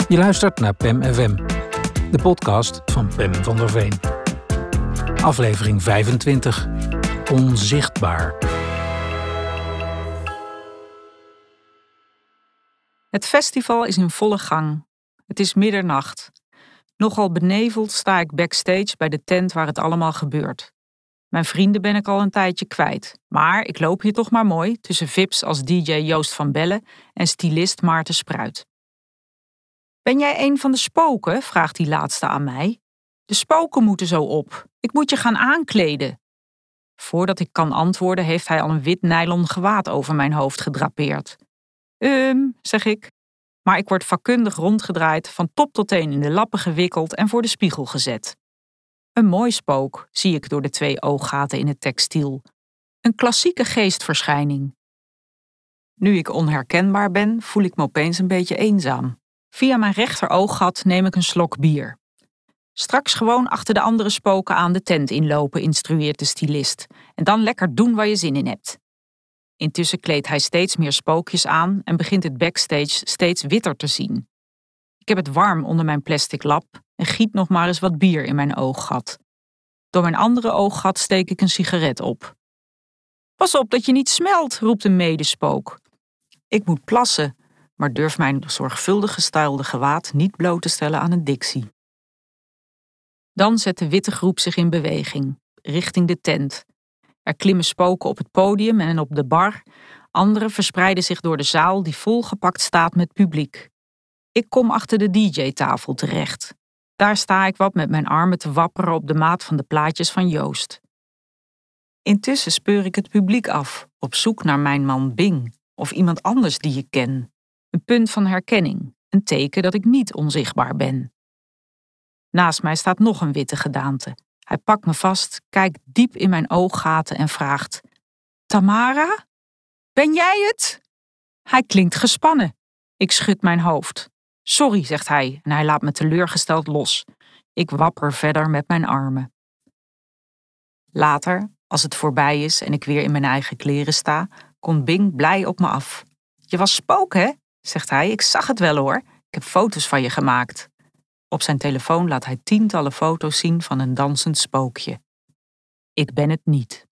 Je luistert naar PEM FM, de podcast van Pem van der Veen. Aflevering 25. Onzichtbaar. Het festival is in volle gang. Het is middernacht. Nogal beneveld sta ik backstage bij de tent waar het allemaal gebeurt. Mijn vrienden ben ik al een tijdje kwijt. Maar ik loop hier toch maar mooi tussen vips als DJ Joost van Bellen en stylist Maarten Spruit. Ben jij een van de spoken? Vraagt die laatste aan mij. De spoken moeten zo op. Ik moet je gaan aankleden. Voordat ik kan antwoorden heeft hij al een wit nylon gewaad over mijn hoofd gedrapeerd. Zeg ik. Maar ik word vakkundig rondgedraaid, van top tot teen in de lappen gewikkeld en voor de spiegel gezet. Een mooi spook, zie ik door de 2 ooggaten in het textiel. Een klassieke geestverschijning. Nu ik onherkenbaar ben, voel ik me opeens een beetje eenzaam. Via mijn rechterooggat neem ik een slok bier. Straks gewoon achter de andere spoken aan de tent inlopen, instrueert de stylist. En dan lekker doen waar je zin in hebt. Intussen kleedt hij steeds meer spookjes aan en begint het backstage steeds witter te zien. Ik heb het warm onder mijn plastic lap en giet nog maar eens wat bier in mijn ooggat. Door mijn andere ooggat steek ik een sigaret op. Pas op dat je niet smelt, roept een medespook. Ik moet plassen, maar durf mijn zorgvuldig gestylede gewaad niet bloot te stellen aan een dictie. Dan zet de witte groep zich in beweging, richting de tent. Er klimmen spoken op het podium en op de bar. Anderen verspreiden zich door de zaal die volgepakt staat met publiek. Ik kom achter de DJ-tafel terecht. Daar sta ik wat met mijn armen te wapperen op de maat van de plaatjes van Joost. Intussen speur ik het publiek af, op zoek naar mijn man Bing of iemand anders die ik ken. Een punt van herkenning, een teken dat ik niet onzichtbaar ben. Naast mij staat nog een witte gedaante. Hij pakt me vast, kijkt diep in mijn ooggaten en vraagt: Tamara? Ben jij het? Hij klinkt gespannen. Ik schud mijn hoofd. Sorry, zegt hij en hij laat me teleurgesteld los. Ik wapper verder met mijn armen. Later, als het voorbij is en ik weer in mijn eigen kleren sta, komt Bing blij op me af. Je was spook, hè? Zegt hij. Ik zag het wel hoor. Ik heb foto's van je gemaakt. Op zijn telefoon laat hij tientallen foto's zien van een dansend spookje. Ik ben het niet.